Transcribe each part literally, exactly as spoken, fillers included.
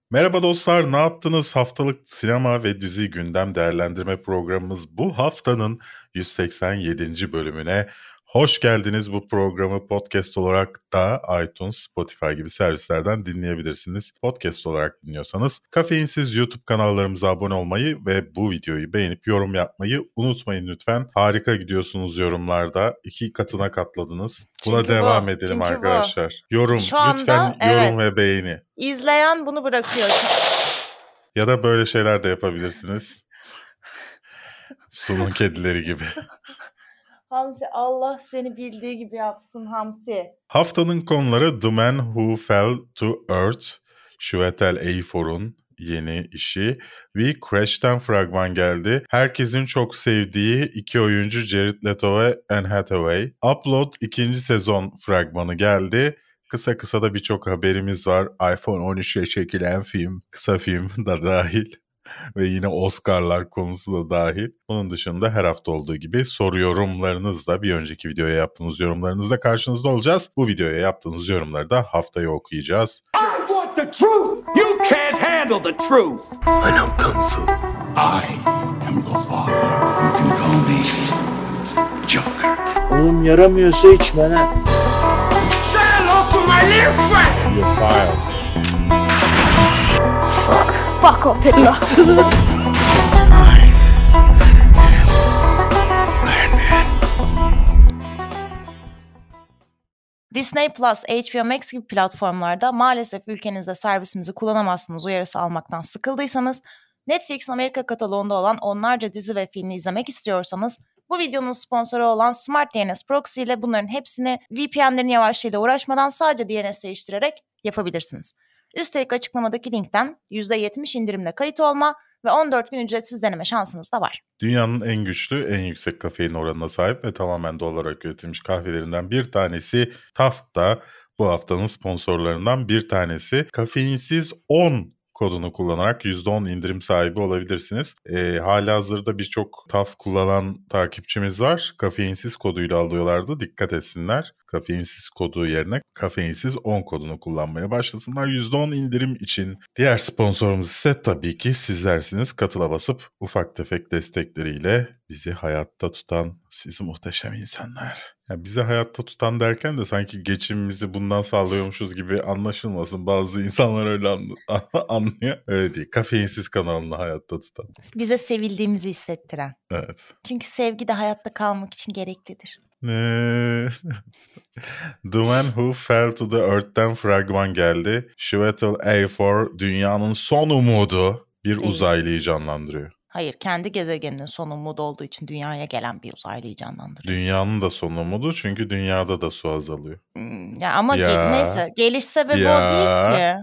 Merhaba dostlar, ne yaptınız? Haftalık sinema ve dizi gündem değerlendirme programımız bu haftanın yüz seksen yedinci bölümüne hoş geldiniz. Bu programı podcast olarak da iTunes, Spotify gibi servislerden dinleyebilirsiniz. Podcast olarak dinliyorsanız kafeinsiz YouTube kanallarımıza abone olmayı ve bu videoyu beğenip yorum yapmayı unutmayın lütfen. Harika gidiyorsunuz yorumlarda. İki katına katladınız. Buna Çünkü devam bu, edelim çünkü arkadaşlar. Yorum, Şu anda, lütfen yorum evet. ve beğeni. İzleyen bunu bırakıyor. Ya da böyle şeyler de yapabilirsiniz. Sunun kedileri gibi. Hamsi, Allah seni bildiği gibi yapsın Hamsi. Haftanın konuları The Man Who Fell to Earth, Chiwetel Ejiofor'un yeni işi. We Crash'ten fragman geldi. Herkesin çok sevdiği iki oyuncu Jared Leto ve Anne Hathaway. Upload ikinci sezon fragmanı geldi. Kısa kısa da birçok haberimiz var. iPhone on üçe çekilen film, kısa film da dahil. Ve yine Oscar'lar konusu da dahil. Bunun dışında her hafta olduğu gibi soru yorumlarınızla bir önceki videoya yaptığınız yorumlarınızla karşınızda olacağız. Bu videoya yaptığınız yorumları da haftaya okuyacağız. I want the truth. You can't handle the truth. I know Kung Fu. I am your father. You can call me Joker. Oğlum yaramıyorsa içme lan. Say hello to my little friend. You're fired. Fuck. Fuck off Hitler. Disney Plus, H B O Max gibi platformlarda maalesef ülkenizde servisimizi kullanamazsınız uyarısı almaktan sıkıldıysanız, Netflix'in Amerika kataloğunda olan onlarca dizi ve filmi izlemek istiyorsanız, bu videonun sponsoru olan Smart D N S Proxy ile bunların hepsini V P N'lerin yavaşlığıyla uğraşmadan sadece D N S değiştirerek yapabilirsiniz. Üstelik açıklamadaki linkten yüzde yetmiş indirimle kayıt olma ve on dört gün ücretsiz deneme şansınız da var. Dünyanın en güçlü, en yüksek kafein oranına sahip ve tamamen doğal olarak üretilmiş kahvelerinden bir tanesi Taft da bu haftanın sponsorlarından bir tanesi. Kafeinsiz on kodunu kullanarak yüzde on indirim sahibi olabilirsiniz. E, halihazırda birçok Taft kullanan takipçimiz var. Kafeinsiz koduyla alıyorlardı. Dikkat etsinler. Kafeinsiz kodu yerine kafeinsiz on kodunu kullanmaya başlasınlar. yüzde on indirim için. Diğer sponsorumuz ise tabii ki sizlersiniz. Katıla basıp ufak tefek destekleriyle bizi hayatta tutan siz muhteşem insanlar. Yani bizi hayatta tutan derken de sanki geçimimizi bundan sağlıyormuşuz gibi anlaşılmasın. Bazı insanlar öyle an- anlıyor. Öyle değil. Kafeinsiz kanalını hayatta tutan. Bize sevildiğimizi hissettiren. Evet. Çünkü sevgi de hayatta kalmak için gereklidir. The Man Who Fell to the Earth'ten fragman geldi. Chiwetel Ejiofor dünyanın son umudu bir Değil. uzaylıyı canlandırıyor. Hayır, kendi gezegeninin son umudu olduğu için dünyaya gelen bir uzaylıyı canlandırıyor. Dünyanın da son umudu çünkü dünyada da su azalıyor. Hmm, ya ama Ya. ge- neyse, geliş sebebi Ya. o değil ki.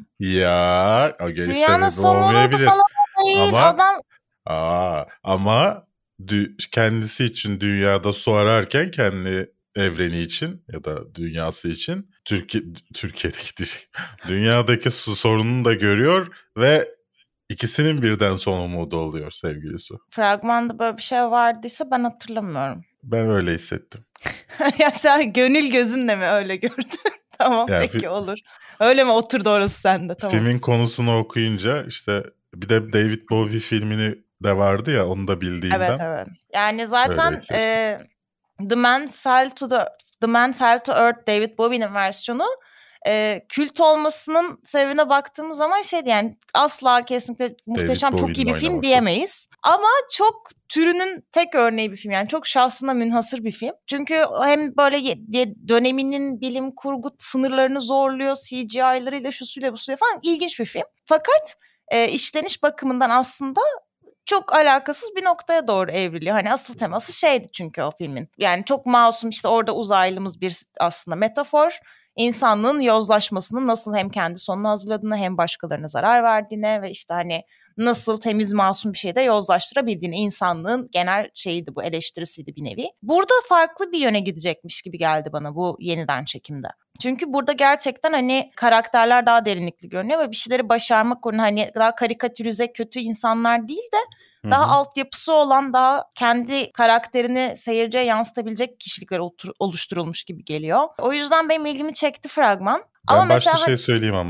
Ya o geliş Dünyanın sebebi son umudu olmayabilir. falan değil. Ama- Adam Aa, ama dü- kendisi için dünyada su ararken kendi evreni için ya da dünyası için Türkiye Türkiye'deki diyecek. Dünyadaki su sorununu da görüyor ve ikisinin birden son umudu oluyor sevgili Su. fragmanda böyle bir şey vardıysa ben hatırlamıyorum. Ben öyle hissettim. Ya sen gönül gözünle mi öyle gördün? Tamam, Yani peki fi- olur. Öyle mi oturdu orası sende? Tamam. Filmin konusunu okuyunca işte bir de David Bowie filmini de vardı ya onu da bildiğimden. Evet evet. Yani zaten Öyle hissettim. e, The Man Fell to the The Man Fell to Earth David Bowie'nin versiyonu e, kült olmasının sebebine baktığımız zaman şeydi, yani asla kesinlikle muhteşem çok iyi Bowie'nin bir film oynaması. diyemeyiz. Ama çok türünün tek örneği bir film, yani çok şahsına münhasır bir film. Çünkü hem böyle ye- ye- döneminin bilim kurgu sınırlarını zorluyor, C G I'larıyla şusuyla busuyla falan, ilginç bir film. Fakat e, işleniş bakımından aslında çok alakasız bir noktaya doğru evriliyor. Hani asıl teması şeydi çünkü o filmin. Yani çok masum, işte orada uzaylımız bir aslında metafor. İnsanlığın yozlaşmasının nasıl hem kendi sonunu hazırladığını hem başkalarına zarar verdiğine ve işte hani nasıl temiz masum bir şeyde yozlaştırabildiğini, insanlığın genel şeyiydi, bu eleştirisiydi bir nevi. Burada farklı bir yöne gidecekmiş gibi geldi bana bu yeniden çekimde. Çünkü burada gerçekten hani karakterler daha derinlikli görünüyor ve bir şeyleri başarmak uğruna hani daha karikatürize kötü insanlar değil de daha Hı hı. altyapısı olan, daha kendi karakterini seyirciye yansıtabilecek kişilikler oluşturulmuş gibi geliyor. O yüzden benim ilgimi çekti fragman. Ben Ama başta mesela şey söyleyeyim ama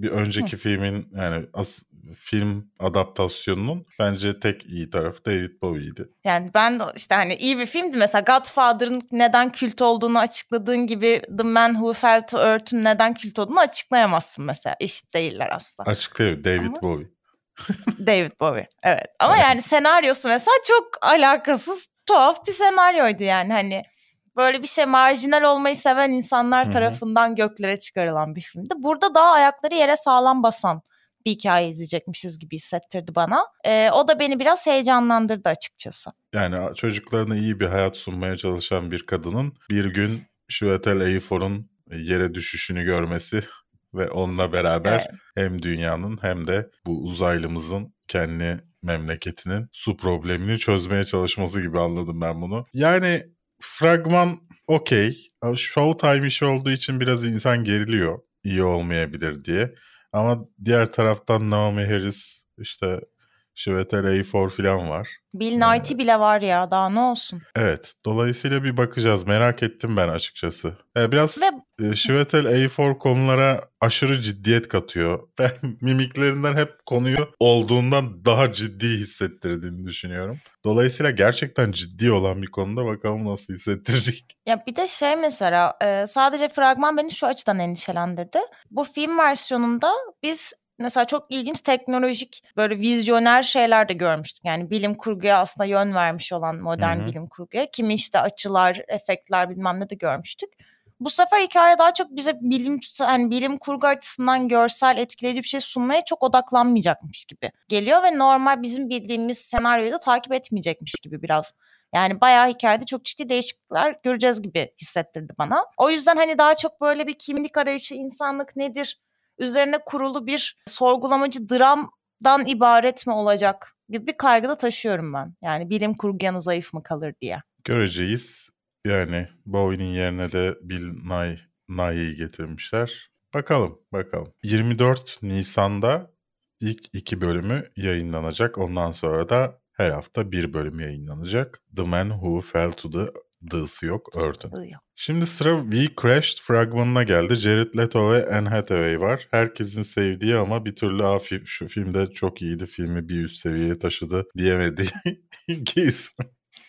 bir önceki Hı. filmin yani as, film adaptasyonunun bence tek iyi tarafı David Bowie'ydi. Yani ben de işte hani iyi bir filmdi. Mesela Godfather'ın neden kült olduğunu açıkladığın gibi The Man Who Fell to Earth'ün neden kült olduğunu açıklayamazsın mesela. Eşit değiller asla. Açıklayabilir. David Ama... Bowie. David Bowie. Evet. Ama evet. Yani senaryosu mesela çok alakasız, tuhaf bir senaryoydu yani hani. Böyle bir şey marjinal olmayı seven insanlar Hı-hı. tarafından göklere çıkarılan bir filmdi. Burada daha ayakları yere sağlam basan bir hikaye izleyecekmişiz gibi hissettirdi bana. Ee, o da beni biraz heyecanlandırdı açıkçası. Yani çocuklarına iyi bir hayat sunmaya çalışan bir kadının bir gün Chiwetel Ejiofor'un yere düşüşünü görmesi ve onunla beraber evet. hem dünyanın hem de bu uzaylımızın kendi memleketinin su problemini çözmeye çalışması gibi anladım ben bunu. Yani fragman okey. Showtime işi olduğu için biraz insan geriliyor. İyi olmayabilir diye. Ama diğer taraftan Naomi Harris, işte Chiwetel Ejiofor falan var. Bill Nighy ee, bile var ya, daha ne olsun. Evet. Dolayısıyla bir bakacağız. Merak ettim ben açıkçası. Ee, biraz Ve... Chiwetel Ejiofor konulara aşırı ciddiyet katıyor. Ben mimiklerinden hep konuyu olduğundan daha ciddi hissettirdiğini düşünüyorum. Dolayısıyla gerçekten ciddi olan bir konuda bakalım nasıl hissettirecek. Ya bir de şey mesela sadece fragman beni şu açıdan endişelendirdi. Bu film versiyonunda biz mesela çok ilginç teknolojik böyle vizyoner şeyler de görmüştük. Yani bilim kurguya aslında yön vermiş olan modern Hı-hı. bilim kurguya. Kimi işte açılar, efektler bilmem ne de görmüştük. Bu sefer hikaye daha çok bize bilim yani bilim kurgu açısından görsel etkileyici bir şey sunmaya çok odaklanmayacakmış gibi geliyor ve normal bizim bildiğimiz senaryoyu da takip etmeyecekmiş gibi biraz. Yani bayağı hikayede çok ciddi değişiklikler göreceğiz gibi hissettirdi bana. O yüzden hani daha çok böyle bir kimlik arayışı, insanlık nedir üzerine kurulu bir sorgulamacı dramdan ibaret mi olacak gibi bir kaygıda taşıyorum ben. Yani bilim kurgu yanı zayıf mı kalır diye. Göreceğiz. Yani Bowie'nin yerine de Bill Nighy'yi getirmişler. Bakalım, bakalım. yirmi dört Nisan'da ilk iki bölümü yayınlanacak. Ondan sonra da her hafta bir bölüm yayınlanacak. The Man Who Fell to the D'sı yok, Earth'ün. Şimdi sıra We Crashed fragmanına geldi. Jared Leto ve Anne Hathaway var. Herkesin sevdiği ama bir türlü Aa, şu filmde çok iyiydi, filmi bir üst seviyeye taşıdı diyemediği iki isim.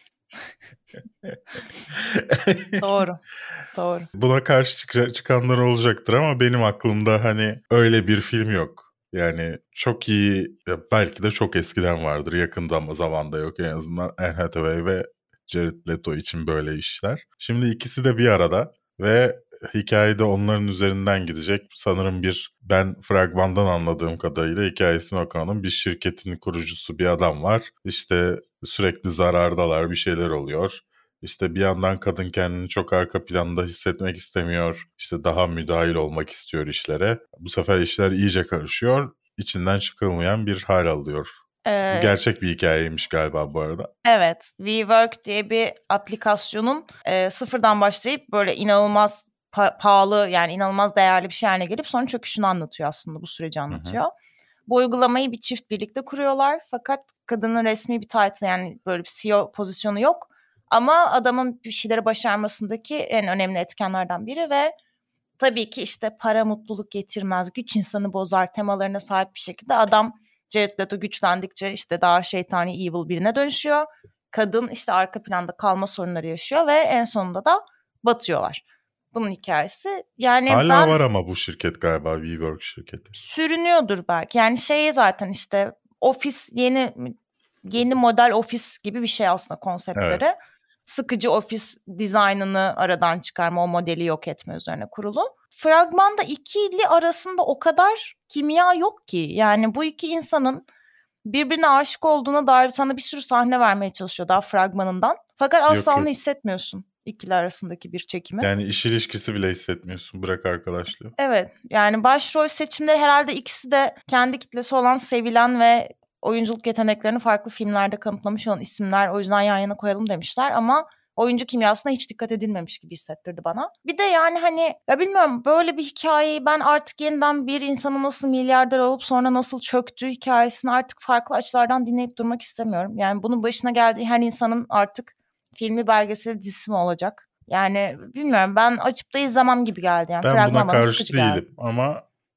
Doğru. Doğru. Buna karşı çık- çıkanlar olacaktır ama benim aklımda hani öyle bir film yok. Yani çok iyi, belki de çok eskiden vardır, yakında zamanda yok en azından Anne Hathaway ve Jared Leto için böyle işler. Şimdi ikisi de bir arada ve hikayede onların üzerinden gidecek. Sanırım bir, ben fragmandan anladığım kadarıyla hikayesini okumanın bir şirketin kurucusu bir adam var. İşte sürekli zarardalar, bir şeyler oluyor. İşte bir yandan kadın kendini çok arka planda hissetmek istemiyor. İşte daha müdahil olmak istiyor işlere. Bu sefer işler iyice karışıyor. İçinden çıkılmayan bir hal alıyor. Ee, Gerçek bir hikayeymiş galiba bu arada. Evet. WeWork diye bir aplikasyonun e, sıfırdan başlayıp böyle inanılmaz pa- pahalı yani inanılmaz değerli bir şey haline gelip sonra çöküşünü anlatıyor aslında, bu süreci anlatıyor. Hı hı. Bu uygulamayı bir çift birlikte kuruyorlar fakat kadının resmi bir title yani böyle bir C E O pozisyonu yok. Ama adamın bir şeyleri başarmasındaki en önemli etkenlerden biri ve tabii ki işte para mutluluk getirmez, güç insanı bozar temalarına sahip bir şekilde adam Jared Leto güçlendikçe işte daha şeytani evil birine dönüşüyor. Kadın işte arka planda kalma sorunları yaşıyor ve en sonunda da batıyorlar. Bunun hikayesi. Yani hala ben, var ama bu şirket galiba WeWork şirketi. Sürünüyordur belki. Yani şey zaten işte ofis yeni yeni model ofis gibi bir şey aslında konseptleri. Evet. Sıkıcı ofis dizaynını aradan çıkarma, o modeli yok etme üzerine kurulu. Fragmanda ikili arasında o kadar kimya yok ki. Yani bu iki insanın birbirine aşık olduğuna dair sana bir sürü sahne vermeye çalışıyor daha fragmanından. Fakat asla onu hissetmiyorsun ikili arasındaki bir çekimi. Yani iş ilişkisi bile hissetmiyorsun, bırak arkadaşlığı. Evet, yani başrol seçimleri herhalde ikisi de kendi kitlesi olan, sevilen ve oyunculuk yeteneklerini farklı filmlerde kanıtlamış olan isimler, o yüzden yan yana koyalım demişler ama oyuncu kimyasına hiç dikkat edilmemiş gibi hissettirdi bana. Bir de yani hani ya bilmiyorum, böyle bir hikayeyi ben artık yeniden bir insanın nasıl milyarder olup sonra nasıl çöktüğü hikayesini artık farklı açılardan dinleyip durmak istemiyorum. Yani bunun başına geldiği her insanın artık filmi, belgeseli, dizisi mi olacak? Yani bilmiyorum, ben açıp da izlemem gibi geldi. Yani ben buna karşı değilim geldi. Ama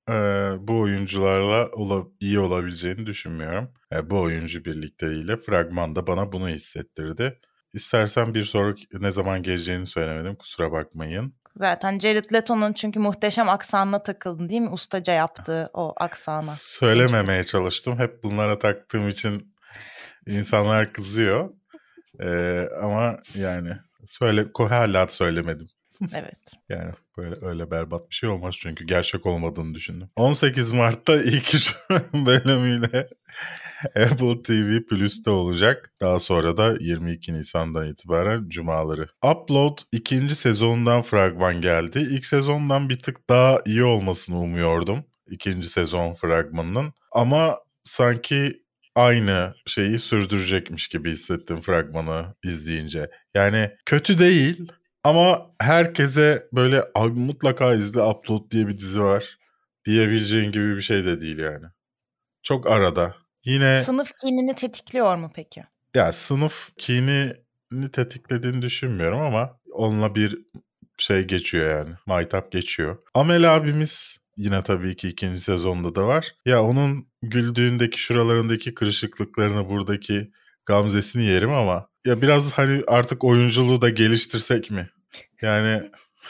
e, bu oyuncularla ola- iyi olabileceğini düşünmüyorum. E, bu oyuncu birlikteliğiyle fragman da bana bunu hissettirdi. İstersen bir soru ne zaman geleceğini söylemedim, kusura bakmayın. Zaten Jared Leto'nun çünkü muhteşem aksanına takıldın değil mi? Ustaca yaptığı o aksana. Söylememeye çalıştım. Hep bunlara taktığım için insanlar kızıyor. Ee, ama yani söyle ko- hala söylemedim. Evet. Yani böyle öyle berbat bir şey olmaz çünkü gerçek olmadığını düşündüm. on sekiz Mart'ta ilk üç bölümüyle Apple T V Plus'ta olacak. Daha sonra da yirmi iki Nisan'dan itibaren cumaları. Upload ikinci sezonundan fragman geldi. İlk sezondan bir tık daha iyi olmasını umuyordum. İkinci sezon fragmanının. Ama sanki aynı şeyi sürdürecekmiş gibi hissettim fragmanı izleyince. Yani kötü değil ama herkese böyle abi mutlaka izle Upload diye bir dizi var diyebileceğin gibi bir şey de değil yani. Çok arada. Yine Sınıf kinini tetikliyor mu peki? ya sınıf kinini tetiklediğini düşünmüyorum ama onunla bir şey geçiyor yani. Maytap geçiyor. Amel abimiz yine tabii ki ikinci sezonda da var. Ya onun güldüğündeki şuralarındaki kırışıklıklarını, buradaki gamzesini yerim ama ya biraz hani artık oyunculuğu da geliştirsek mi? Yani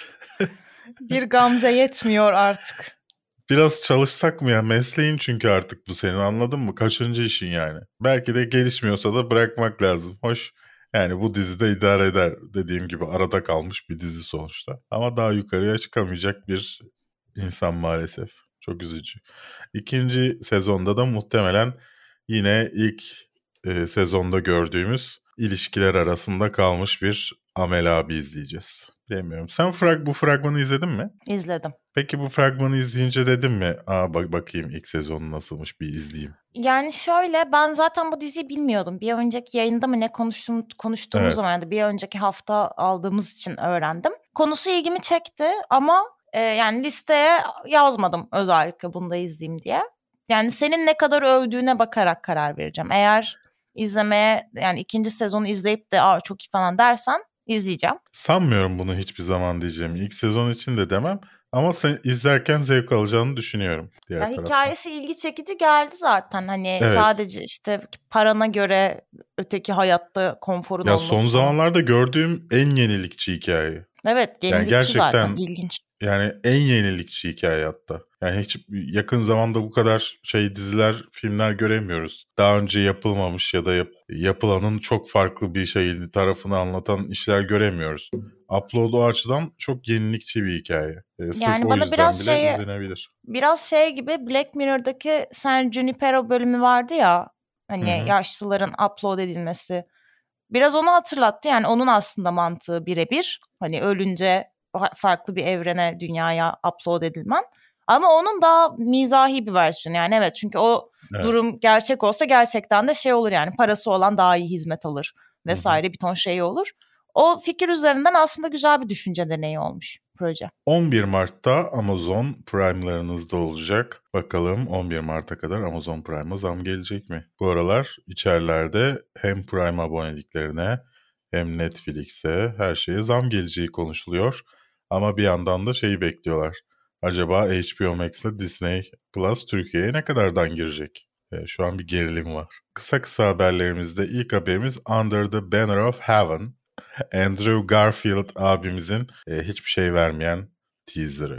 Bir gamze yetmiyor artık. biraz çalışsak mı ya? Mesleğin çünkü artık bu senin, anladın mı? Kaçıncı işin yani? Belki de gelişmiyorsa da bırakmak lazım. Hoş, yani bu dizide idare eder. Dediğim gibi arada kalmış bir dizi sonuçta. Ama daha yukarıya çıkamayacak bir insan maalesef. Çok üzücü. İkinci sezonda da muhtemelen yine ilk e, sezonda gördüğümüz ilişkiler arasında kalmış bir Amel abi izleyeceğiz. Bilemiyorum. Sen frag bu fragmanı izledin mi? İzledim. Peki bu fragmanı izleyince dedim mi? Aa bak bakayım ilk sezonu nasılmış, bir izleyeyim. Yani şöyle, ben zaten bu diziyi bilmiyordum. Bir önceki yayında mı ne konuştuğum, konuştuğumuz Evet. zaman yani bir önceki hafta aldığımız için öğrendim. Konusu ilgimi çekti ama e, yani listeye yazmadım özellikle bunu da izleyeyim diye. Yani senin ne kadar övdüğüne bakarak karar vereceğim. Eğer izlemeye, yani ikinci sezonu izleyip de aa çok iyi falan dersen izleyeceğim. Sanmıyorum bunu hiçbir zaman diyeceğim. İlk sezon için de demem. Ama sen izlerken zevk alacağını düşünüyorum diğer Ya taraftan. hikayesi ilgi çekici geldi zaten. Hani Evet. sadece işte parana göre öteki hayatta konforun Ya olması son falan. zamanlarda gördüğüm en yenilikçi hikaye. Evet, Yani yenilikçi gerçekten zaten, ilginç. yani en yenilikçi hikaye hatta. Yani hiç yakın zamanda bu kadar şey diziler, filmler göremiyoruz. Daha önce yapılmamış ya da yap, yapılanın çok farklı bir şeyini, tarafını anlatan işler göremiyoruz. Upload o açıdan çok yenilikçi bir hikaye. Ee, sırf Yani o bana yüzden biraz bile şeye, izlenebilir. biraz şey gibi, Black Mirror'daki San Junipero bölümü vardı ya. Hani Hı hı. yaşlıların upload edilmesi. Biraz onu hatırlattı. Yani onun aslında mantığı birebir. Hani ölünce farklı bir evrene, dünyaya upload edilmen. Ama onun daha mizahi bir versiyonu. Yani evet, çünkü o Evet. durum gerçek olsa gerçekten de şey olur yani, parası olan daha iyi hizmet alır Hı hı. vesaire, bir ton şey olur. O fikir üzerinden aslında güzel bir düşünce deneyi olmuş proje. on bir Mart'ta Amazon Prime'larınızda olacak. Bakalım on bir Mart'a kadar Amazon Prime'a zam gelecek mi? Bu aralar içerilerde hem Prime aboneliklerine hem Netflix'e, her şeye zam geleceği konuşuluyor. Ama bir yandan da şeyi bekliyorlar. Acaba H B O Max ile Disney Plus Türkiye'ye ne kadardan girecek? E, şu an bir gerilim var. Kısa kısa haberlerimizde ilk haberimiz Under the Banner of Heaven. Andrew Garfield abimizin e, hiçbir şey vermeyen teaser'ı.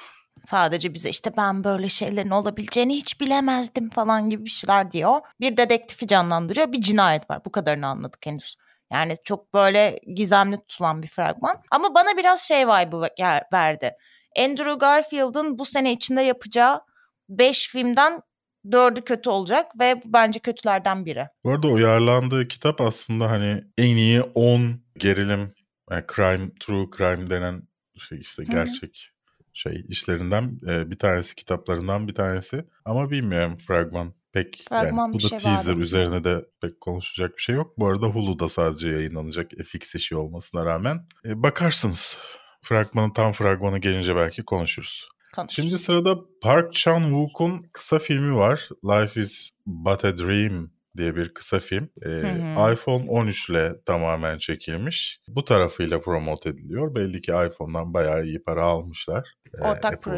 Sadece bize işte ben böyle şeylerin olabileceğini hiç bilemezdim falan gibi bir şeyler diyor. Bir dedektifi canlandırıyor, bir cinayet var. Bu kadarını anladık henüz. Yani çok böyle gizemli tutulan bir fragman. Ama bana biraz şey vibe'ı verdi. Andrew Garfield'ın bu sene içinde yapacağı beş filmden dördü kötü olacak ve bence kötülerden biri. Bu arada uyarlandığı kitap aslında hani en iyi on gerilim, yani crime, true crime denen şey işte gerçek şey işlerinden e, bir tanesi, kitaplarından bir tanesi. Ama bilmiyorum, fragman pek Fragman yani bu bir da şey teaser, vaat üzerine de pek konuşacak bir şey yok. Bu arada Hulu'da sadece yayınlanacak, F X işi olmasına rağmen. E, bakarsınız. Fragmanın tam fragmanı gelince belki konuşuruz. Konuşuruz. Şimdi sırada Park Chan-wook'un kısa filmi var. Life is but a Dream diye bir kısa film. Ee, Hı hı. iPhone on üç ile tamamen çekilmiş. Bu tarafıyla promote ediliyor. Belli ki iPhone'dan bayağı iyi para almışlar. e, Ortak Apple'dan. proje.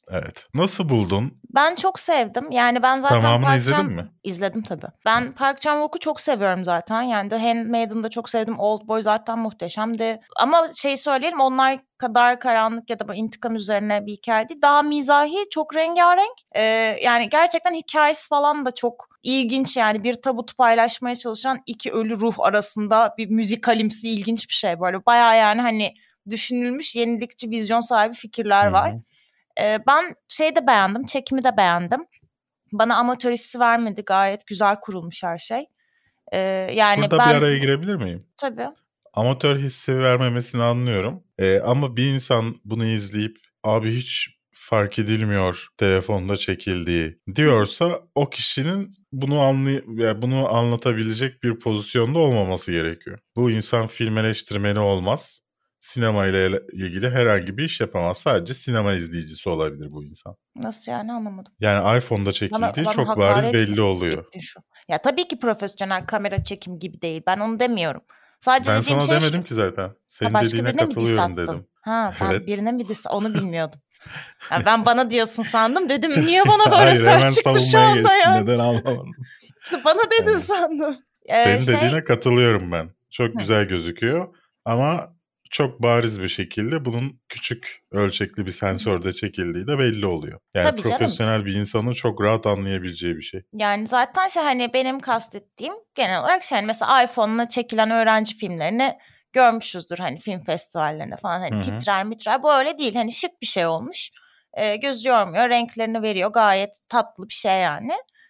Evet. Nasıl buldun? Ben çok sevdim. Yani ben zaten Tamamını Park izledin Chan... mi? İzledim tabii. Ben Park Chan-wook'u çok seviyorum zaten. Yani The Handmaid'ını da çok sevdim. Oldboy zaten muhteşemdi. Ama şey söyleyelim, onlar kadar karanlık ya da böyle intikam üzerine bir hikaye değil. Daha mizahi, çok rengarenk. Ee, yani gerçekten hikayesi falan da çok ilginç. Yani bir tabutu paylaşmaya çalışan iki ölü ruh arasında bir müzikalimsi ilginç bir şey böyle. Bayağı yani hani düşünülmüş, yenilikçi, vizyon sahibi fikirler Hı var. hı. Ee, ben şeyi de beğendim, çekimi de beğendim. Bana amatör hissi vermedi, gayet güzel kurulmuş her şey. Ee, yani Burada ben... bir araya girebilir miyim? Tabii. Amatör hissi vermemesini anlıyorum. Ee, ama bir insan bunu izleyip abi hiç fark edilmiyor telefonda çekildiği diyorsa o kişinin bunu anlay yani bunu anlatabilecek bir pozisyonda olmaması gerekiyor. Bu insan film eleştirmeni olmaz. Sinema ile ilgili herhangi bir iş yapamaz. Sadece sinema izleyicisi olabilir bu insan. Nasıl yani, anlamadım. Yani iPhone'da Bana, çekildiği bana çok bariz hakaret mi belli oluyor. ettin şu? Ya tabii ki profesyonel kamera çekim gibi değil. Ben onu demiyorum. Sadece Ben dediğim sana şey demedim şu. ki zaten. Ha, Senin başka dediğine birine mi diss katılıyorum attın? dedim. Ha, ben Evet. birine mi diss, onu bilmiyordum. Ya ben bana diyorsun sandım, dedim niye bana böyle Hayır, sert hemen çıktı şu savunmaya anda geçtin. ya. Neden anlamadım. İşte bana dedin Yani, sandım. Ee, senin şey... dediğine katılıyorum ben. Çok Hı. güzel gözüküyor ama çok bariz bir şekilde bunun küçük ölçekli bir sensörde çekildiği de belli oluyor. Yani Tabii canım. profesyonel bir insanın çok rahat anlayabileceği bir şey. Yani zaten şey, hani benim kastettiğim genel olarak şey, hani mesela iPhone'la çekilen öğrenci filmlerini görmüşüzdür hani film festivallerinde falan, hani Hı hı. titrer mitrer, bu öyle değil, hani şık bir şey olmuş, ee, göz yormuyor, renklerini veriyor, gayet tatlı bir şey yani.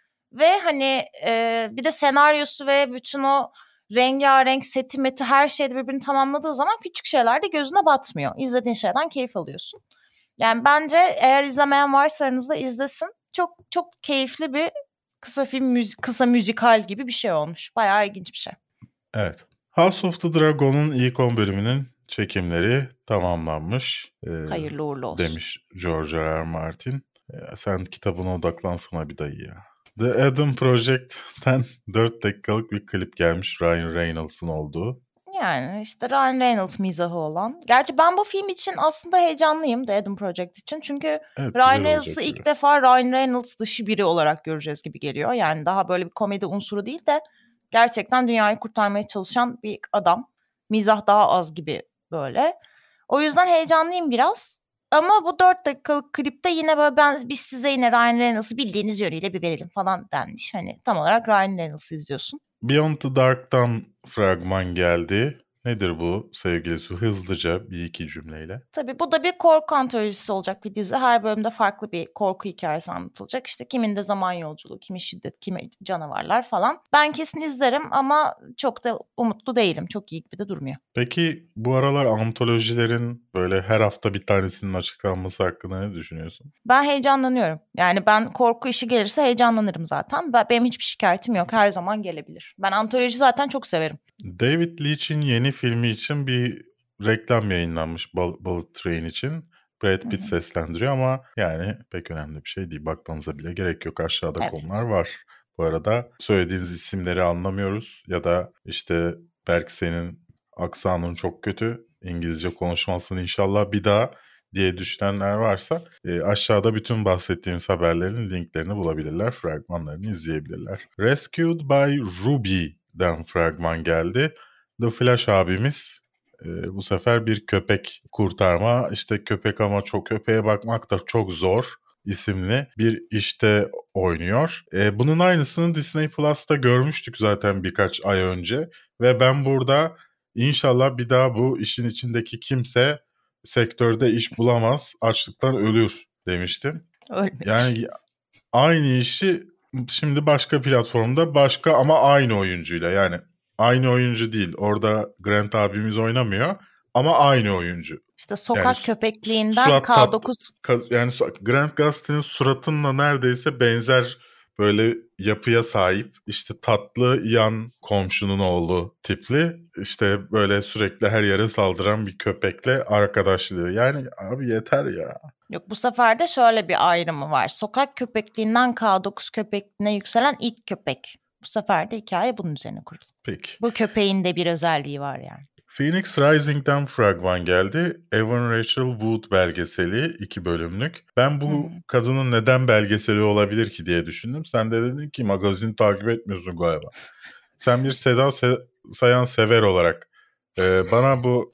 Ve hani e, bir de senaryosu ve bütün o rengarenk seti meti her şeyde birbirini tamamladığı zaman küçük şeyler de gözüne batmıyor. İzlediğin şeyden keyif alıyorsun. Yani bence eğer izlemeyen varsa aranızda izlesin. Çok çok keyifli bir kısa film, müzik, kısa müzikal gibi bir şey olmuş. Bayağı ilginç bir şey. Evet. House of the Dragon'un ilk on bölümünün çekimleri tamamlanmış. Ee, Hayırlı uğurlu olsun. demiş George R. R. Martin. Ya sen kitabına odaklansana bir dayı ya. The Adam Project'ten dört dakikalık bir klip gelmiş, Ryan Reynolds'ın olduğu. Yani işte Ryan Reynolds mizahı olan. Gerçi ben bu film için aslında heyecanlıyım, The Adam Project için. Çünkü Evet, Ryan güzel Reynolds'ı olacak gibi. ilk defa Ryan Reynolds dışı biri olarak göreceğiz gibi geliyor. Yani daha böyle bir komedi unsuru değil de gerçekten dünyayı kurtarmaya çalışan bir adam. Mizah daha az gibi böyle. O yüzden heyecanlıyım biraz. Ama bu dört dakikalık klipte yine böyle ben, biz size yine Ryan Reynolds'ı bildiğiniz yönüyle bir verelim falan denmiş. Hani tam olarak Ryan Reynolds'ı izliyorsun. Beyond the Dark'tan fragman geldi. Nedir bu sevgili Su? Hızlıca bir iki cümleyle. Tabii bu da bir korku antolojisi olacak bir dizi. Her bölümde farklı bir korku hikayesi anlatılacak. İşte kiminde zaman yolculuğu, kimi şiddet, kimi canavarlar falan. Ben kesin izlerim ama çok da umutlu değilim. Çok iyi gibi de durmuyor. Peki bu aralar antolojilerin böyle her hafta bir tanesinin açıklanması hakkında ne düşünüyorsun? Ben heyecanlanıyorum. Yani ben korku işi gelirse heyecanlanırım zaten. Benim hiçbir şikayetim yok. Her zaman gelebilir. Ben antoloji zaten çok severim. David Leitch'in yeni filmi için bir reklam yayınlanmış, Bullet Train için. Brad Pitt Hı hı. seslendiriyor ama yani pek önemli bir şey değil. Bakmanıza bile gerek yok. Aşağıda Evet. konular var. Bu arada söylediğiniz isimleri anlamıyoruz ya da işte Berk senin aksanın çok kötü, İngilizce konuşmasın inşallah bir daha diye düşünenler varsa e, aşağıda bütün bahsettiğimiz haberlerin linklerini bulabilirler. Fragmanlarını izleyebilirler. Rescued by Ruby'den fragman geldi. The Flash abimiz e, bu sefer bir köpek kurtarma, işte köpek ama çok köpeğe bakmak da çok zor isimli bir işte oynuyor. E, bunun aynısını Disney Plus'ta görmüştük zaten birkaç ay önce ve ben burada inşallah bir daha bu işin içindeki kimse sektörde iş bulamaz, açlıktan ölür demiştim. Ölmemiş. Yani aynı işi şimdi başka platformda başka ama aynı oyuncuyla, yani aynı oyuncu değil. Orada Grant abimiz oynamıyor ama aynı oyuncu. İşte sokak Yani su- köpekliğinden surat K tat, dokuz. ka- yani su- Grant Gustin'in suratınla neredeyse benzer böyle yapıya sahip, işte tatlı yan komşunun oğlu tipli, işte böyle sürekli her yere saldıran bir köpekle arkadaşlığı. Yani abi yeter ya. Yok, bu sefer de şöyle bir ayrımı var. Sokak köpekliğinden K dokuz köpekliğine yükselen ilk köpek. Bu sefer de hikaye bunun üzerine kurulu. Peki. Bu köpeğin de bir özelliği var yani. Phoenix Rising'den fragman geldi. Evan Rachel Wood belgeseli, iki bölümlük. Ben bu hmm. kadının neden belgeseli olabilir ki diye düşündüm. Sen de dedin ki magazin takip etmiyorsun galiba. Sen bir Seda Se- Sayan sever olarak e, bana bu...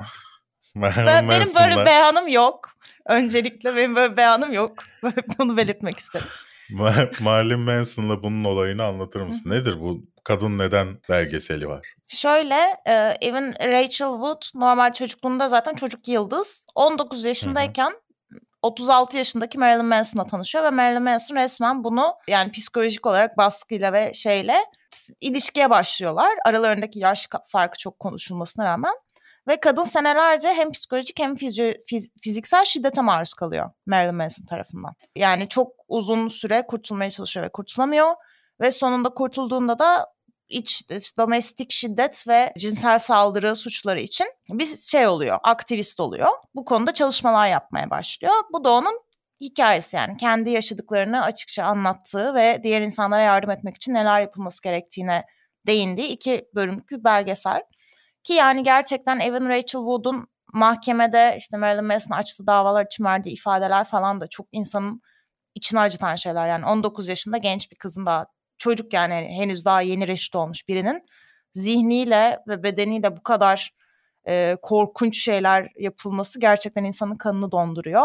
ben, benim böyle bir beyanım yok. Öncelikle benim böyle bir beyanım yok. Bunu belirtmek isterim. Marilyn Manson'la bunun olayını anlatır mısın? Nedir bu? Kadın neden belgeseli var? Şöyle, Evan Rachel Wood normal çocukluğunda zaten çocuk yıldız. on dokuz yaşındayken Hı-hı. otuz altı yaşındaki Marilyn Manson'la tanışıyor ve Marilyn Manson resmen bunu yani psikolojik olarak baskıyla ve şeyle ilişkiye başlıyorlar. Aralarındaki yaş farkı çok konuşulmasına rağmen. Ve kadın senelerce hem psikolojik hem fizyo, fiz, fiziksel şiddete maruz kalıyor Marilyn Manson tarafından. Yani çok uzun süre kurtulmaya çalışıyor ve kurtulamıyor. Ve sonunda kurtulduğunda da iç domestik şiddet ve cinsel saldırı suçları için bir şey oluyor, aktivist oluyor. Bu konuda çalışmalar yapmaya başlıyor. Bu da onun hikayesi, yani kendi yaşadıklarını açıkça anlattığı ve diğer insanlara yardım etmek için neler yapılması gerektiğine değindiği iki bölümlük bir belgesel. Ki yani gerçekten Evan Rachel Wood'un mahkemede işte Marilyn Manson'a açtığı davalar için verdiği ifadeler falan da çok insanın içini acıtan şeyler. Yani on dokuz yaşında genç bir kızın, daha çocuk yani henüz daha yeni reşit olmuş birinin zihniyle ve bedeniyle bu kadar e, korkunç şeyler yapılması gerçekten insanın kanını donduruyor.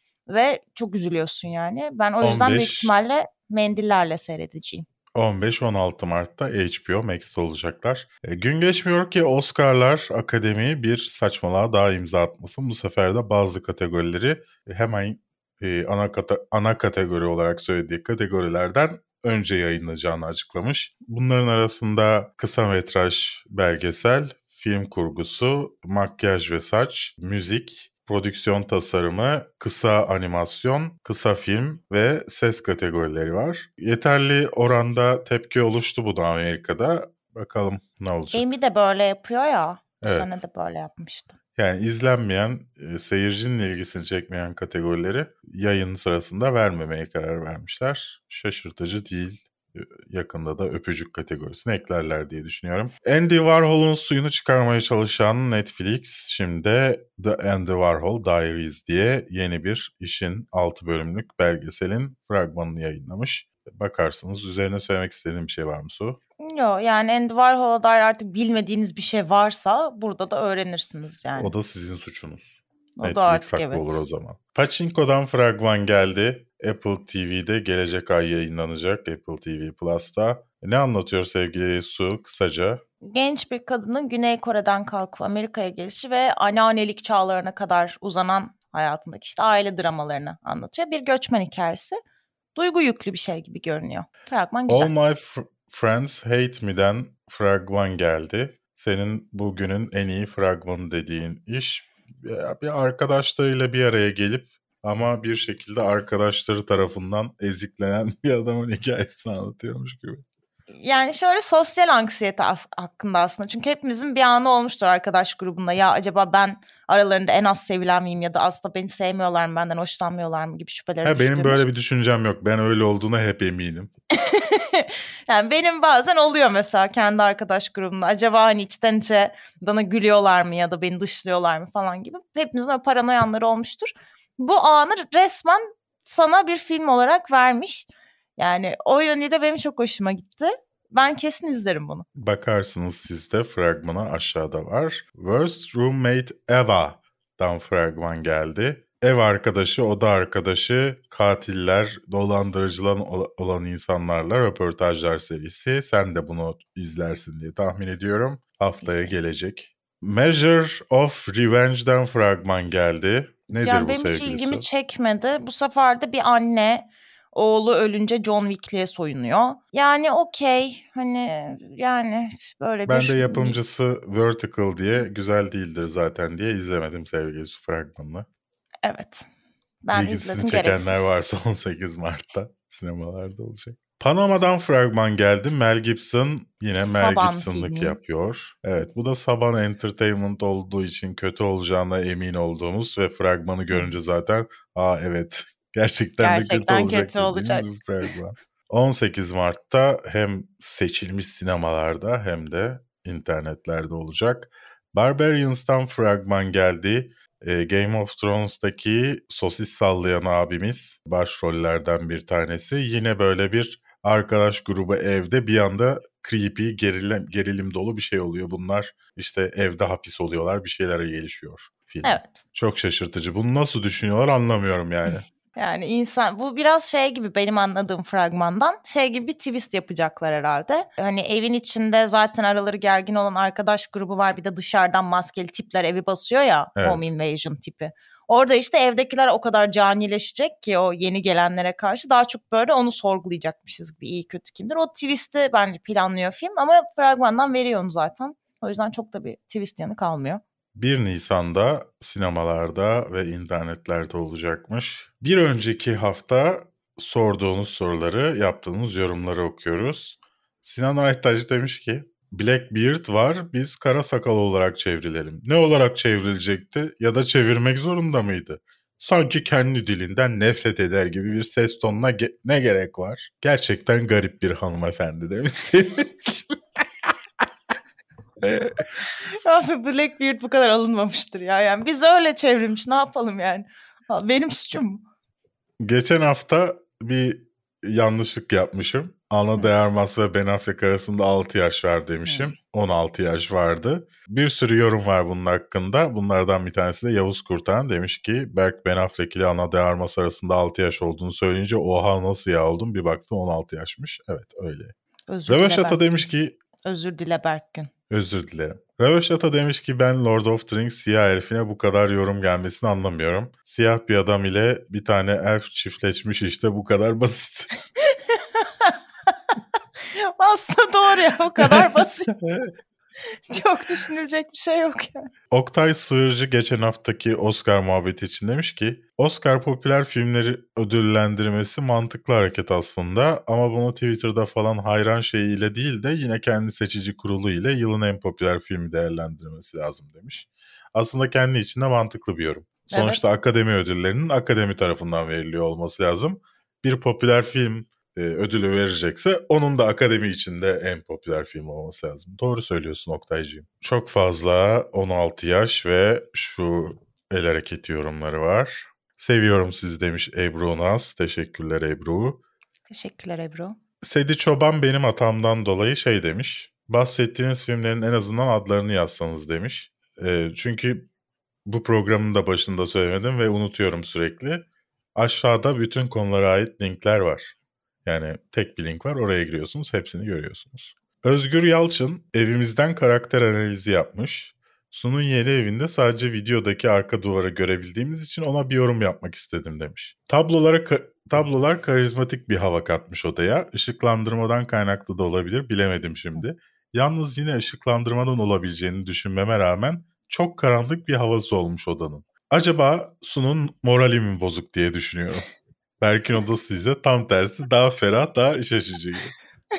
Ve çok üzülüyorsun yani. Ben o yüzden on beş büyük ihtimalle mendillerle seyredeceğim. on beş on altı Mart'ta H B O Max'te olacaklar. E, gün geçmiyor ki Oscar'lar Akademi bir saçmalığa daha imza atmasın. Bu sefer de bazı kategorileri hemen e, ana, kata, ana kategori olarak söylediği kategorilerden önce yayınlanacağını açıklamış. Bunların arasında kısa metraj belgesel, film kurgusu, makyaj ve saç, müzik, prodüksiyon tasarımı, kısa animasyon, kısa film ve ses kategorileri var. Yeterli oranda tepki oluştu bu da Amerika'da. Bakalım ne olacak. Emmy de böyle yapıyor ya. Bu evet. sene de böyle yapmıştı. Yani izlenmeyen, seyircinin ilgisini çekmeyen kategorileri yayın sırasında vermemeye karar vermişler. Şaşırtıcı değil. Yakında da öpücük kategorisine eklerler diye düşünüyorum. Andy Warhol'un suyunu çıkarmaya çalışan Netflix şimdi The Andy Warhol Diaries diye yeni bir işin altı bölümlük belgeselin fragmanını yayınlamış. Bakarsınız. Üzerine söylemek istediğin bir şey var mı Su? Yok, yani Andy Warhol'a dair artık bilmediğiniz bir şey varsa burada da öğrenirsiniz yani. O da sizin suçunuz. O Netflix da artık haklı evet. olur o zaman. Pachinko'dan fragman geldi. Apple T V'de gelecek ay yayınlanacak, Apple T V Plus'ta. Ne anlatıyor sevgili Su kısaca? Genç bir kadının Güney Kore'den kalkıp Amerika'ya gelişi ve anneannelik çağlarına kadar uzanan hayatındaki işte aile dramalarını anlatıyor. Bir göçmen hikayesi. Duygu yüklü bir şey gibi görünüyor. Fragman güzel. All My F- Friends Hate Me'den fragman geldi. Senin bugünün en iyi fragmanı dediğin iş. Bir arkadaşlarıyla bir araya gelip ama bir şekilde arkadaşları tarafından eziklenen bir adamın hikayesini anlatıyormuş gibi. Yani şöyle sosyal anksiyete as- hakkında aslında. Çünkü hepimizin bir anı olmuştur arkadaş grubunda. Ya acaba ben aralarında en az sevilen miyim ya da aslında beni sevmiyorlar mı, benden hoşlanmıyorlar mı gibi şüpheleri ha, benim böyle bir düşüncem yok. Ben öyle olduğuna hep eminim. Yani benim bazen oluyor mesela kendi arkadaş grubumda. Acaba hani içten içe bana gülüyorlar mı ya da beni dışlıyorlar mı falan gibi. Hepimizin o paranoyanları olmuştur. Bu anı resmen sana bir film olarak vermiş. Yani o yönüyle benim çok hoşuma gitti. Ben kesin izlerim bunu. Bakarsınız siz de, fragmanı aşağıda var. Worst Roommate Eva'dan fragman geldi. Ev arkadaşı, oda arkadaşı, katiller, dolandırıcılar olan insanlarla röportajlar serisi. Sen de bunu izlersin diye tahmin ediyorum. Haftaya İzlerim. Gelecek. Measure of Revenge'den fragman geldi. Nedir yani bu sevgilisi? Benim hiç ilgimi çekmedi. Bu sefer de bir anne oğlu ölünce John Wick'liğe soyunuyor. Yani okey. Hani yani böyle ben bir... Ben de yapımcısı Vertical diye güzel değildir zaten diye izlemedim sevgili fragmanını. Evet. Ben İlgisini izledim, çekenler gereksiz. varsa on sekiz Mart'ta sinemalarda olacak. Panama'dan fragman geldi. Mel Gibson yine Saban Mel Gibson'lık filmi. Yapıyor. Evet, bu da Saban Entertainment olduğu için kötü olacağına emin olduğumuz ve fragmanı görünce zaten aa evet gerçekten, gerçekten de kötü olacak, kötü olacak. Bir fragman. on sekiz Mart'ta hem seçilmiş sinemalarda hem de internetlerde olacak. Barbarians'tan fragman geldi. E, Game of Thrones'taki sosis sallayan abimiz başrollerden bir tanesi. Yine böyle bir arkadaş grubu evde bir anda creepy, gerilim, gerilim dolu bir şey oluyor. Bunlar işte evde hapis oluyorlar, bir şeylere gelişiyor film. Evet. Çok şaşırtıcı. Bunu nasıl düşünüyorlar anlamıyorum yani. Yani insan bu biraz şey gibi benim anladığım fragmandan şey gibi bir twist yapacaklar herhalde. Hani evin içinde zaten araları gergin olan arkadaş grubu var, bir de dışarıdan maskeli tipler evi basıyor ya, Evet. home invasion tipi. Orada işte evdekiler o kadar canileşecek ki o yeni gelenlere karşı daha çok böyle onu sorgulayacakmışız gibi, iyi kötü kimdir. O twist'i bence planlıyor film ama fragmandan veriyor onu zaten. O yüzden çok da bir twist yanı kalmıyor. bir Nisan'da sinemalarda ve internetlerde olacakmış. Bir önceki hafta sorduğunuz soruları, yaptığınız yorumları okuyoruz. Sinan Aytaç demiş ki, Blackbeard var, biz kara sakal olarak çevrilelim. Ne olarak çevrilecekti ya da çevirmek zorunda mıydı? Sanki kendi dilinden nefret eder gibi bir ses tonuna ge- ne gerek var? Gerçekten garip bir hanımefendi demiş. Abi Blackbeard bu kadar alınmamıştır ya. Yani biz öyle çevrilmiş, ne yapalım yani. Benim suçum. Geçen hafta bir yanlışlık yapmışım. Ana de Armas ve Ben Affleck arasında altı yaş var demişim. on altı yaş vardı. Bir sürü yorum var bunun hakkında. Bunlardan bir tanesi de Yavuz Kurtaran demiş ki Berk Ben Affleck ile Ana de Armas arasında altı yaş olduğunu söyleyince oha nasıl ya oldum, bir baktım on altı yaşmış. Evet öyle. Röveşata demiş ki Özür dile Berkgün. Özür dilerim. Röveşata demiş ki ben Lord of the Rings siyah elfine bu kadar yorum gelmesini anlamıyorum. Siyah bir adam ile bir tane elf çiftleşmiş, işte bu kadar basit. Aslında doğru ya, o kadar basit. Çok düşünülecek bir şey yok ya. Oktay Sığırcı geçen haftaki Oscar muhabbeti için demiş ki Oscar popüler filmleri ödüllendirmesi mantıklı hareket aslında ama bunu Twitter'da falan hayran şeyiyle değil de yine kendi seçici kurulu ile yılın en popüler filmi değerlendirmesi lazım demiş. Aslında kendi içinde mantıklı bir yorum. Sonuçta evet. Akademi ödüllerinin akademi tarafından veriliyor olması lazım. Bir popüler film e, ödülü verecekse onun da akademi içinde en popüler film olması lazım. Doğru söylüyorsun Oktaycığım. Çok fazla on altı yaş ve şu el hareketi yorumları var. Seviyorum sizi demiş Ebru Naz. Teşekkürler Ebru. Teşekkürler Ebru. Sedi Çoban benim hatamdan dolayı şey demiş. Bahsettiğiniz filmlerin en azından adlarını yazsanız demiş. E, çünkü bu programın da başında söylemedim ve unutuyorum sürekli. Aşağıda bütün konulara ait linkler var. Yani tek bir link var, oraya giriyorsunuz, hepsini görüyorsunuz. Özgür Yalçın evimizden karakter analizi yapmış. Sun'un yeni evinde sadece videodaki arka duvarı görebildiğimiz için ona bir yorum yapmak istedim demiş. Tablolara ka- tablolar karizmatik bir hava katmış odaya. Işıklandırmadan kaynaklı da olabilir, bilemedim şimdi. Yalnız yine ışıklandırmadan olabileceğini düşünmeme rağmen çok karanlık bir havası olmuş odanın. Acaba Sun'un morali mi bozuk diye düşünüyorum. Berk'in odası ise tam tersi, daha ferah, daha iç açıcı gibi.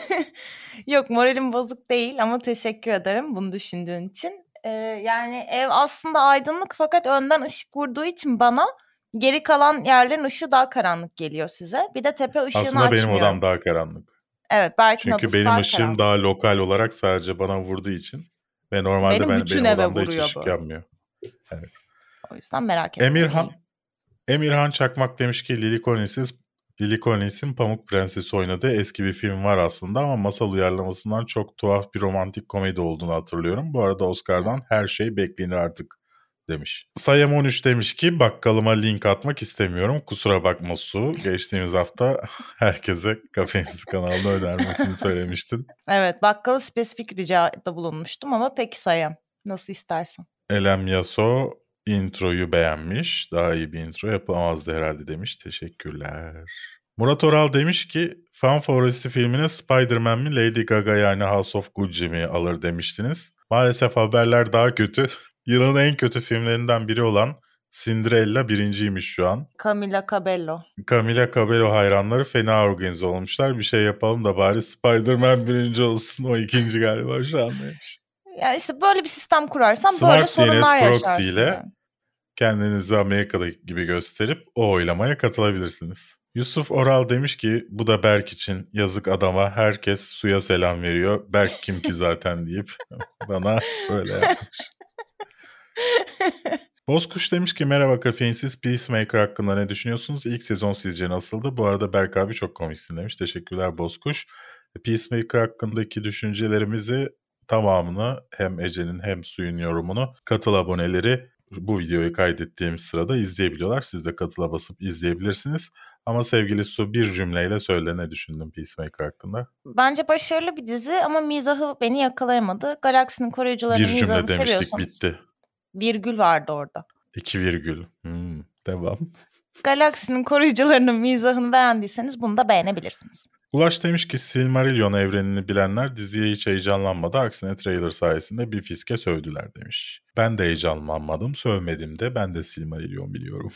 Yok, moralim bozuk değil ama teşekkür ederim bunu düşündüğün için. Ee, yani ev aslında aydınlık fakat önden ışık vurduğu için bana geri kalan yerlerin ışığı daha karanlık geliyor size. Bir de tepe ışığını aslında açmıyor. Aslında benim odam daha karanlık. Evet, Berk'in Çünkü odası benim daha ışığım karanlık. daha lokal olarak sadece bana vurduğu için ve normalde benim ben, bütün benim eve odamda hiç ışık bu. yanmıyor. Evet. O yüzden merak etmeyin. Emirhan, Emirhan Çakmak demiş ki Lily Collins'in Lily Collins'in Pamuk Prensesi oynadığı eski bir film var aslında ama masal uyarlamasından çok tuhaf bir romantik komedi olduğunu hatırlıyorum. Bu arada Oscar'dan her şey beklenir artık demiş. Sayem on üç demiş ki bakkalıma link atmak istemiyorum. Kusura bakma Su. Geçtiğimiz hafta herkese Kafeinsiz kanalını önermesini söylemiştin. Evet, bakkalı spesifik ricada bulunmuştum ama peki Sayem. Nasıl istersen. Elem Yaso introyu beğenmiş. Daha iyi bir intro yapılamazdı herhalde demiş. Teşekkürler. Murat Oral demiş ki fan favorisi filmine Spider-Man mi Lady Gaga yani House of Gucci mi alır demiştiniz. Maalesef haberler daha kötü. Yılın en kötü filmlerinden biri olan Cinderella birinciymiş şu an. Camila Cabello. Camila Cabello hayranları fena organize olmuşlar. Bir şey yapalım da bari Spider-Man birinci olsun. O ikinci galiba şu an demiş. Ya işte böyle bir sistem kurarsan Smart böyle sorunlar yaşarsın. Proxy ile kendinizi Amerika'da gibi gösterip o oylamaya katılabilirsiniz. Yusuf Oral demiş ki bu da Berk için, yazık adama, herkes suya selam veriyor. Berk kim ki zaten deyip bana böyle yapmış. Bozkuş demiş ki merhaba kafeinsiz Peacemaker hakkında ne düşünüyorsunuz? İlk sezon sizce nasıldı? Bu arada Berk abi çok komiksin demiş. Teşekkürler Bozkuş. Peacemaker hakkındaki düşüncelerimizi tamamını hem Ece'nin hem Su'nun yorumunu katıl aboneleri bu videoyu kaydettiğimiz sırada izleyebiliyorlar. Siz de katıla basıp izleyebilirsiniz. Ama sevgili Su bir cümleyle söyle ne düşündün Peacemaker hakkında? Bence başarılı bir dizi ama mizahı beni yakalayamadı. Galaksinin koruyucularının Bir cümle mizahını demiştik seviyorsanız. bitti. Virgül vardı orada. İki virgül. Hmm, devam. Galaksinin koruyucularının mizahını beğendiyseniz bunu da beğenebilirsiniz. Ulaş demiş ki Silmarillion evrenini bilenler diziye hiç heyecanlanmadı. Aksine trailer sayesinde bir fiske sövdüler demiş. Ben de heyecanlanmadım, sövmedim de ben de Silmarillion biliyorum.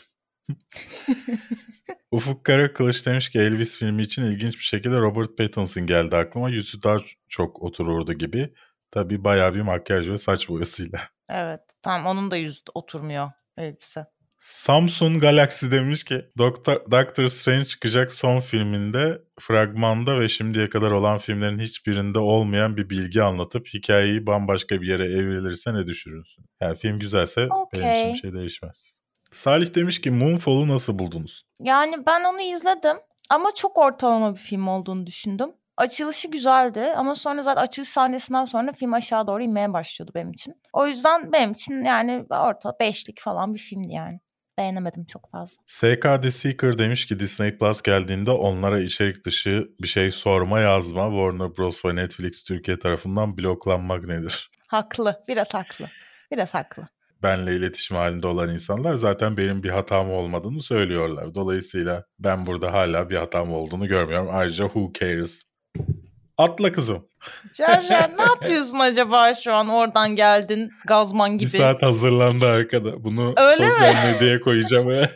Ufuk Karakılıç demiş ki Elvis filmi için ilginç bir şekilde Robert Pattinson geldi aklıma. Yüzü daha çok otururdu gibi. Tabii bayağı bir makyaj ve saç boyasıyla. Evet. Tamam onun da yüzü oturmuyor elbise. Samsung Galaxy demiş ki Doctor, Doctor Strange çıkacak son filminde fragmanda ve şimdiye kadar olan filmlerin hiçbirinde olmayan bir bilgi anlatıp hikayeyi bambaşka bir yere evrilirse ne düşünürsün? Yani film güzelse Okay. benim için bir şey değişmez. Salih demiş ki Moonfall'u nasıl buldunuz? Yani ben onu izledim ama çok ortalama bir film olduğunu düşündüm. Açılışı güzeldi ama sonra zaten açılış sahnesinden sonra film aşağı doğru inmeye başlıyordu benim için. O yüzden benim için yani orta beşlik falan bir filmdi yani. Beğenemedim çok fazla. S K The Seeker demiş ki Disney Plus geldiğinde onlara içerik dışı bir şey sorma yazma. Warner Bros. Ve Netflix Türkiye tarafından bloklanmak nedir? Haklı. Biraz haklı. Biraz haklı. Benle iletişim halinde olan insanlar zaten benim bir hatam olmadığını söylüyorlar. Dolayısıyla ben burada hala bir hatam olduğunu görmüyorum. Ayrıca who cares? Atla kızım. Cercer ne yapıyorsun acaba şu an oradan geldin gazman gibi. Bir saat hazırlandı arkada. Bunu Öyle sosyal mi? medyaya koyacağım. Evet.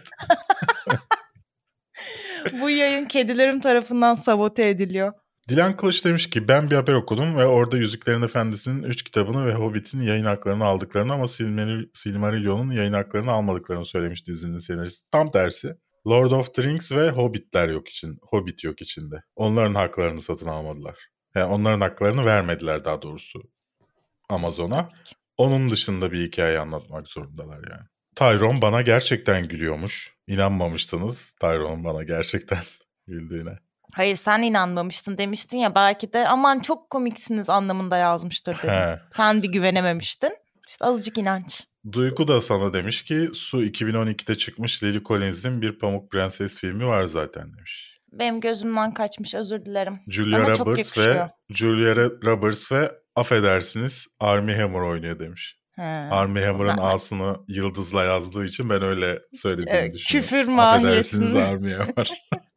Bu yayın kedilerim tarafından sabote ediliyor. Dilan Kılıç demiş ki ben bir haber okudum ve orada Yüzüklerin Efendisi'nin üç kitabını ve Hobbit'in yayın haklarını aldıklarını ama Silmaril- Silmarillion'un yayın haklarını almadıklarını söylemiş dizinin senaristi. Tam tersi. Lord of the Rings ve Hobbitler yok için, Hobbit yok içinde. Onların haklarını satın almadılar. Yani onların haklarını vermediler daha doğrusu Amazon'a. Onun dışında bir hikaye anlatmak zorundalar yani. Tyrone bana gerçekten gülüyormuş. İnanmamıştınız Tyrone'un bana gerçekten güldüğüne. Hayır sen inanmamıştın demiştin ya belki de aman çok komiksiniz anlamında yazmıştır dedim. He. Sen bir güvenememiştin. İşte azıcık inanç. Duygu da sana demiş ki Su iki bin on ikide çıkmış Lily Collins'in bir Pamuk Prenses filmi var zaten demiş. Benim gözümden kaçmış özür dilerim. Julia Ama çok Roberts yakışıyor. ve Julia Roberts ve affedersiniz Armie Hammer oynuyor demiş. He. Armie Hammer'ın Ben- A'sını yıldızla yazdığı için ben öyle söylediğimi Evet, düşünüyorum. küfür Affedersiniz mahiyetinde. Armie Hammer.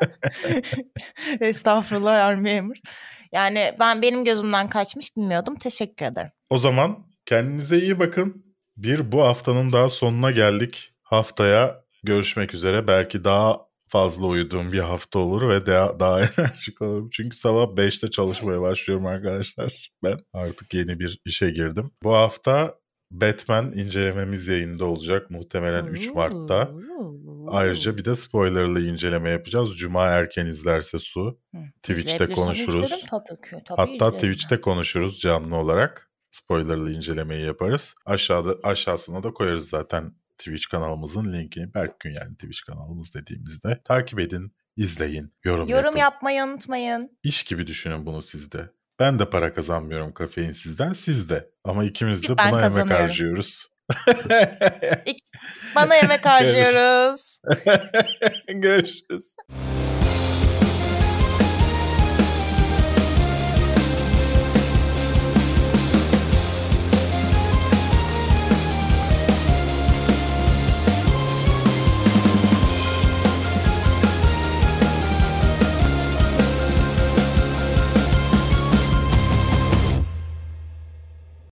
Estağfurullah Army Hammer. Yani ben benim gözümden kaçmış bilmiyordum. Teşekkür ederim. O zaman kendinize iyi bakın. Bir bu haftanın daha sonuna geldik. Haftaya görüşmek üzere. Belki daha fazla uyuduğum bir hafta olur ve daha, daha enerjik olurum. Çünkü sabah beşte çalışmaya başlıyorum arkadaşlar. Ben artık yeni bir işe girdim. Bu hafta Batman incelememiz yayında olacak. Muhtemelen üç Mart'ta. Ayrıca bir de spoilerlı inceleme yapacağız. Cuma erken izlerse Su. Hı, Twitch'te izleyebilirsem konuşuruz. izlerim tabii ki. Tabii Hatta izlerim. Twitch'te konuşuruz canlı olarak. Spoilerlı incelemeyi yaparız. Aşağıda aşağısına da koyarız zaten Twitch kanalımızın linkini. Berkgün yani Twitch kanalımız dediğimizde. Takip edin, izleyin, yorum, Yorum yapın. yapmayı unutmayın. İş gibi düşünün bunu sizde. Ben de para kazanmıyorum kafeinsizden, siz de. Ama ikimiz de Ben buna emek kazanıyorum. harcıyoruz. Bana yemek harcıyoruz. Görüşürüz.